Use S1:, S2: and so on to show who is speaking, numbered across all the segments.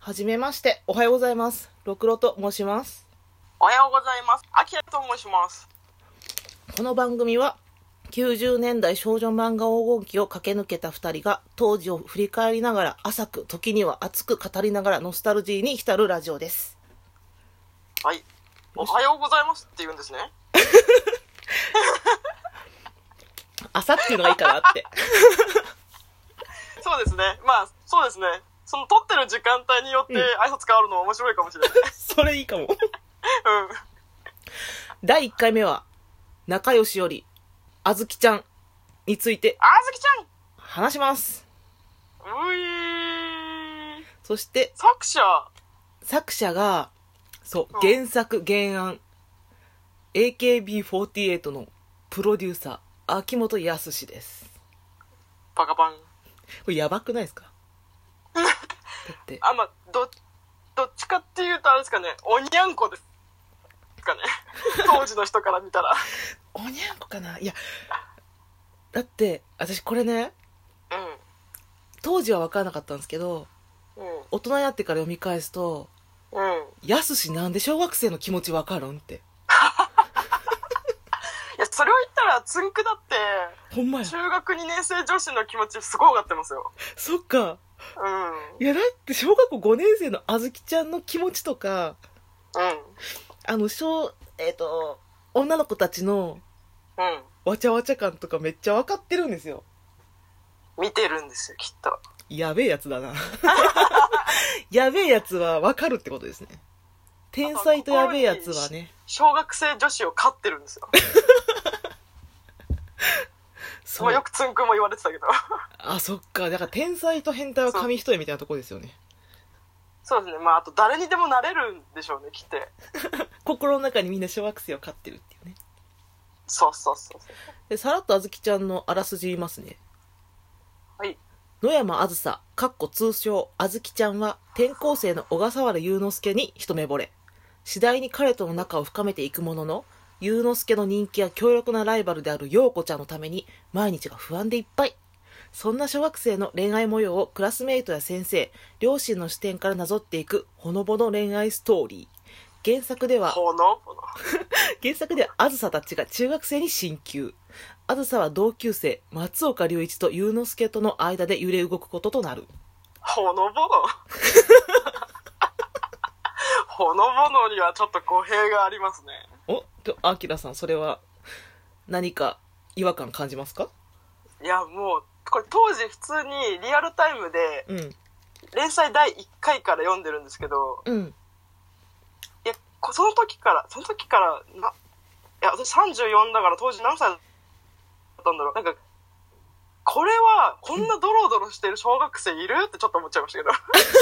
S1: はじめまして、おはようございます。ろくろと申します。
S2: おはようございます。あきらと申します。
S1: この番組は90年代少女漫画黄金期を駆け抜けた2人が当時を振り返りながら浅く時には熱く語りながらノスタルジーに浸るラジオです。
S2: はい。おはようございますって言うんですね。
S1: 朝っていうのがいいかなって。
S2: そうですね。まあそうですね。その撮ってる時間帯によって挨拶変わるの面白いかもしれない。
S1: それいいかも。
S2: うん。
S1: 第1回目は仲良しよりあずきちゃんについて
S2: あずきちゃん
S1: 話します。
S2: ういー。
S1: そして作者が原作原案 AKB48 のプロデューサー秋元康です。
S2: パカパン。
S1: これやばくないですか？だって
S2: まあどっちかっていうとあれですかね、おにゃんこですかね。当時の人から見たら
S1: おにゃんこかな。いやだって私これね、当時は分からなかったんですけど、大人になってから読み返すと、やすしなんで小学生の気持ち分かるんって。
S2: いやそれを言ったらつんくだって
S1: ほんまや、
S2: 中学2年生女子の気持ちすごい分かってますよ。
S1: そっか。いやだって小学校5年生のあずきちゃんの気持ちとか、女の子たちのわちゃわちゃ感とかめっちゃ分かってるんですよ。
S2: 見てるんですよきっと。
S1: やべえやつだな。やべえやつは分かるってことですね。天才とやべえやつはね、
S2: 小学生女子を飼ってるんですよ。そうよくつんくんも言われてたけど。
S1: そっか。だから天才と変態は紙一重みたいなところですよね。
S2: そうですね。あと誰にでもなれるんでしょうねきっと。
S1: 心の中にみんな小学生を飼ってるっていうね。
S2: そう
S1: でさらっとあずきちゃんのあらすじ言いますね。
S2: はい。
S1: 野山あずさ通称あずきちゃんは転校生の小笠原祐之介に一目惚れ、次第に彼との仲を深めていくものの、祐之介の人気や強力なライバルである陽子ちゃんのために毎日が不安でいっぱい。そんな小学生の恋愛模様をクラスメイトや先生、両親の視点からなぞっていくほのぼの恋愛ストーリー。原作ではあずさたちが中学生に進級。あずさは同級生松岡隆一と祐之介との間で揺れ動くこととなる。
S2: ほのぼのほのぼのにはちょっと語弊がありますね。
S1: あきらさん、それは何か違和感感じますか？い
S2: やもうこれ当時普通にリアルタイムで、連載第1回から読んでるんですけど、いやその時からいや私34だから当時何歳だったんだろう。なんかこれはこんなドロドロしてる小学生いるってちょっと思っちゃいましたけど。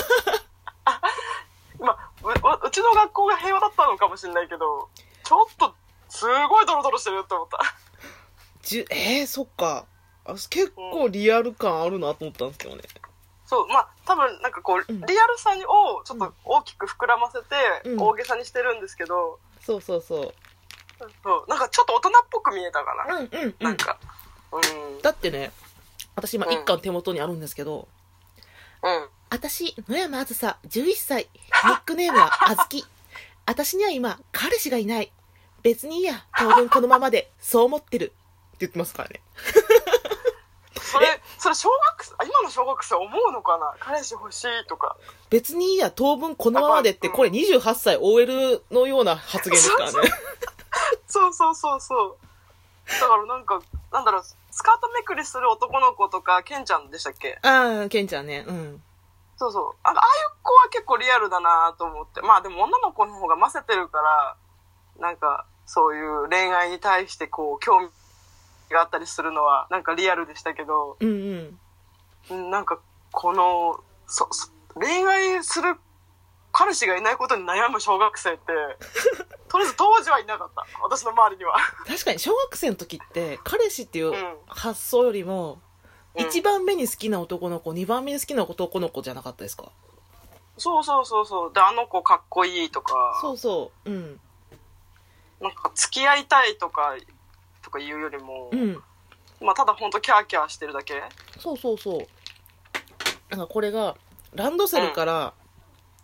S2: うちの学校が平和だったのかもしれないけど、ちょっとすごいドロドロしてるって思った。
S1: そっか。結構リアル感あるなと思ったんですけどね。
S2: そう、多分なんかこう、リアルさをちょっと大きく膨らませて、大げさにしてるんですけど、
S1: そう
S2: なんかちょっと大人っぽく見えたかな。なんか、
S1: だってね、私今一巻手元にあるんですけど、私野山あずさ11歳、ニックネームはあずき。私には今彼氏がいない、別にいいや、当分このままでそう思ってるって言ってますからね。
S2: それ今の小学生思うのかな、彼氏欲しいとか。
S1: 別にいいや、当分このままでって、これ28歳 OL のような発言ですからね。
S2: そうだからなんだろう、スカートめくりする男の子とか、ケンちゃんでしたっけ？
S1: ケンちゃんね。
S2: ああいう子は結構リアルだなと思って。でも女の子の方がませてるから、なんかそういう恋愛に対してこう興味があったりするのはなんかリアルでしたけど、なんかこの恋愛する彼氏がいないことに悩む小学生ってとりあえず当時はいなかった、私の周りには。確かに
S1: 小学生の時って彼氏っていう発想よりも、1番目に好きな男の子、2番目に好きな男の子じゃなかったですか？
S2: そうで、あの子かっこいいとか、なんか付き合いたいとかいうよりも、ただほんとキャーキャーしてるだけ。
S1: なんかこれがランドセルから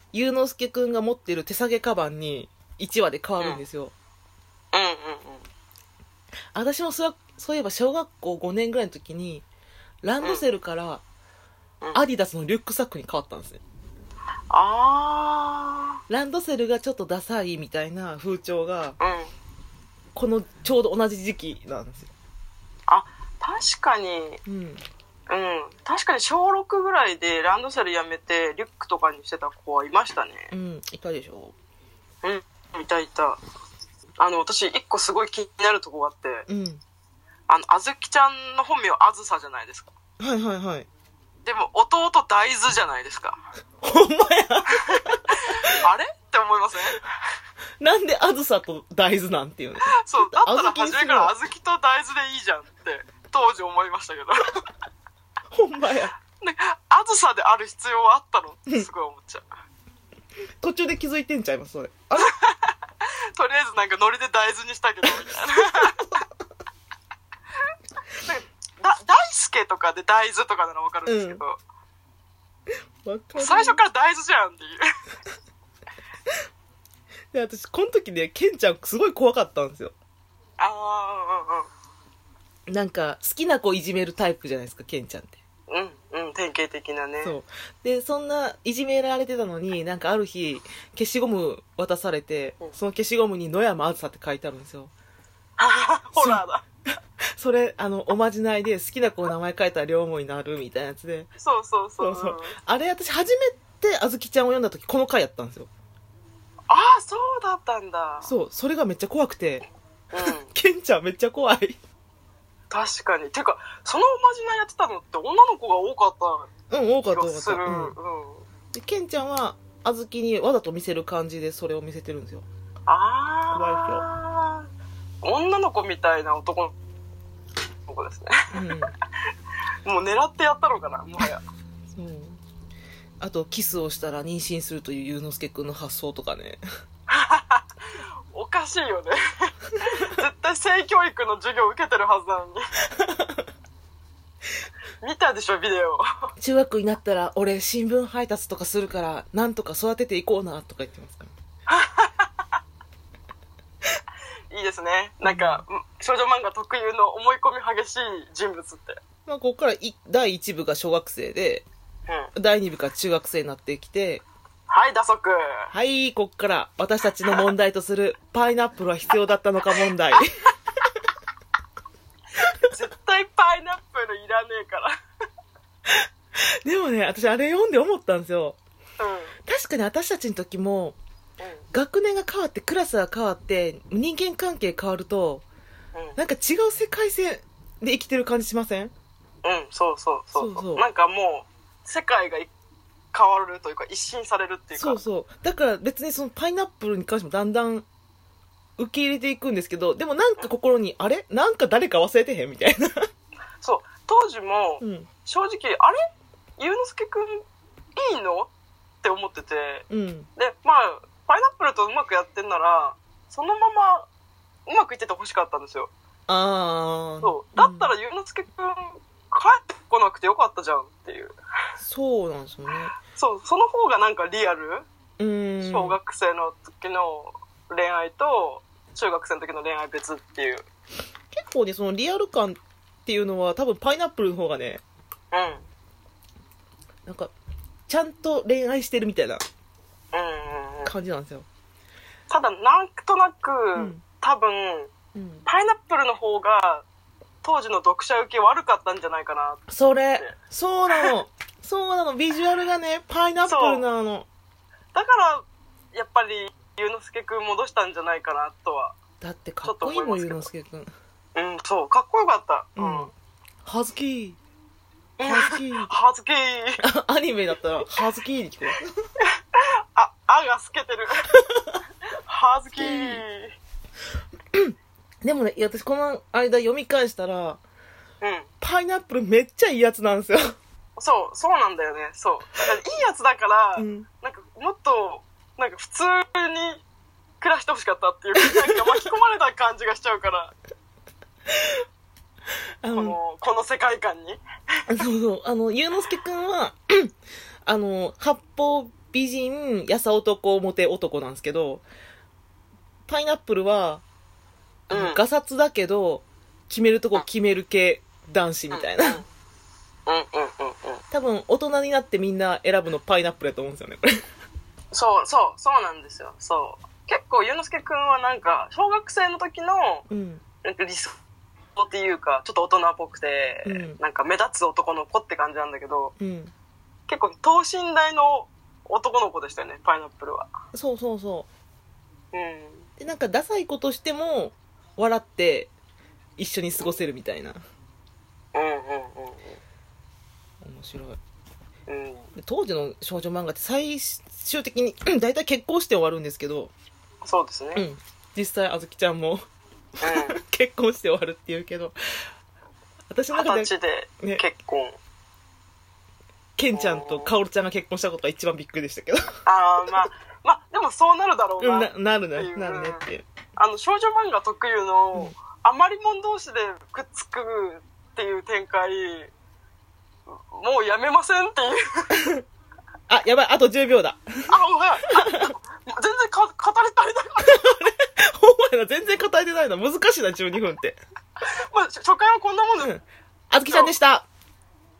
S1: ゆうのすけくんが持ってる手提げカバンに1話で変わるんですよ。
S2: うんうんうん。
S1: 私もそういえば小学校5年ぐらいの時にランドセルからアディダスのリュックサックに変わったんですね。
S2: あ
S1: ランドセルがちょっとダサいみたいな風潮が
S2: ー。うん。
S1: このちょうど同じ時期なんですよ。
S2: あ、確かに、
S1: うん。
S2: うん。確かに小6ぐらいでランドセルやめてリュックとかにしてた子はいましたね。
S1: うん、いたでしょ。
S2: うん。いたいた。私一個すごい気になるとこがあって、
S1: うん。
S2: あずきちゃんの本名あずさじゃないですか。
S1: はいはいはい。
S2: でも弟大豆じゃないですか。
S1: ほんまや。
S2: あれって思いません？
S1: なんであずさと大豆なんていうの。
S2: そう、だったら
S1: 小豆にする
S2: 初めから小豆と大豆でいいじゃんって当時思いましたけど。
S1: ほんまや。
S2: ね、あずさである必要はあったのってすごい思っちゃう。
S1: 途中で気づいてんちゃいますそれ。あれ
S2: とりあえずなんかノリで大豆にしたけどみたいな。大輔とかで大豆とかならわかるんですけど、
S1: わかる。
S2: 最初から大豆じゃんっていう。
S1: で、私この時ねケンちゃんすごい怖かったんですよ。
S2: ああ、
S1: なんか好きな子いじめるタイプじゃないですかケンちゃんって。
S2: うん、典型的なね。
S1: そうで、そんないじめられてたのに、なんかある日消しゴム渡されて、その消しゴムに野山あずさって書いてあるんですよ。
S2: ホラーだ。
S1: それおまじないで好きな子の名前書いたら両思いになるみたいなやつで、
S2: そう。
S1: あれ私初めてあずきちゃんを読んだ時この回やったんですよ。
S2: ああ、そうだったんだ。
S1: そう、それがめっちゃ怖くて、
S2: うん。
S1: ケンちゃんめっちゃ怖い。
S2: 確かに。てか、そのおまじないやってたのって女の子が多かった
S1: 多かった
S2: 気がする。
S1: でケンちゃんはあずきにわざと見せる感じでそれを見せてるんですよ。
S2: ああ、女の子みたいな男の子ですね。もう狙ってやったのかな、もはや。
S1: そう。あとキスをしたら妊娠するというゆうのすけくんの発想とかね。
S2: おかしいよね。絶対性教育の授業受けてるはずなのに。見たでしょビデオ。
S1: 中学になったら俺新聞配達とかするからなんとか育てていこうなとか言ってますから。
S2: いいですね。なんか、少女漫画特有の思い込み激しい人物って。
S1: まあ、ここから第1部が小学生で、第2部が中学生になってきて、
S2: はい、打足。
S1: はい、こっから私たちの問題とするパイナップルは必要だったのか問題。
S2: 絶対パイナップルいらねえから。
S1: でもね、私あれ読んで思ったんですよ。確かに私たちの時も、学年が変わってクラスが変わって人間関係変わると、なんか違う世界線で生きてる感じしません？
S2: そう。なんかもう世界が変わるというか一新されるっていうか。
S1: そう。だから別にそのパイナップルに関してもだんだん受け入れていくんですけど、でもなんか心に、あれなんか誰か忘れてへんみたいな。
S2: そう。当時も、正直、あれゆうのすけくんいいのって思ってて。で、まあ、パイナップルとうまくやってんなら、そのままうまくいっててほしかったんですよ。そう。だったらゆうのすけくん帰ってこなくてよかったじゃんっていう。
S1: そうなんですよね。
S2: そう、その方がなんかリアル。小学生の時の恋愛と中学生の時の恋愛別っていう。
S1: 結構ね、そのリアル感っていうのは多分パイナップルの方がね、なんかちゃんと恋愛してるみたいな感じなんですよ。
S2: ただなんとなく、多分、パイナップルの方が当時の読者受け悪かったんじゃないかなって。
S1: そうなのビジュアルがねパイナップルなの。
S2: だからやっぱりゆうのすけくん戻したんじゃないかなとは。
S1: だってかっこいいもんゆうのすけくん。
S2: そうかっこよかった。
S1: はずきー
S2: ア
S1: ニメだったらはずきーに聞こえる。
S2: あが透けてる。はずきー。
S1: でもね、私この間読み返したら、パイナップルめっちゃいいやつなんですよ。
S2: そうなんだよね。そう。だからいいやつだから、なんかもっと、なんか普通に暮らしてほしかったっていう、なんか巻き込まれた感じがしちゃうから。この世界観に。
S1: そう、ゆうのすけくんは、発泡美人、やさ男、モテ男なんですけど、パイナップルは、ガサツだけど、決めるとこ決める系男子みたいな。多分、大人になってみんな選ぶのパイナップルだと思うんですよね、これ。
S2: そうなんですよ。そう。結構、ゆうのすけくんはなんか、小学生の時の、なんか理想っていうか、ちょっと大人っぽくて、なんか目立つ男の子って感じなんだけど、結構、等身大の男の子でしたよね、パイナップルは。
S1: そう。で、なんか、ダサい子としても、笑って、一緒に過ごせるみたいな。面白い。当時の少女漫画って最終的に大体結婚して終わるんですけど、
S2: そうですね。
S1: 実際あずきちゃんも結婚して終わるっていうけど、私の中で
S2: 20歳で結婚、
S1: ケンちゃんとカオルちゃんが結婚したことが一番びっくりでしたけど。
S2: まあでもそうなるだろうな。
S1: なるねっていう。
S2: 少女漫画特有の、あまりもん同士でくっつくっていう展開、もうやめませんっていう。
S1: あ、やばい、あと10秒だ。
S2: もう全然語り足りない。
S1: ほんまやな、全然語れてないな。難しいな、12分って。
S2: まあ、初回はこんなもんです。
S1: あずきちゃんでした。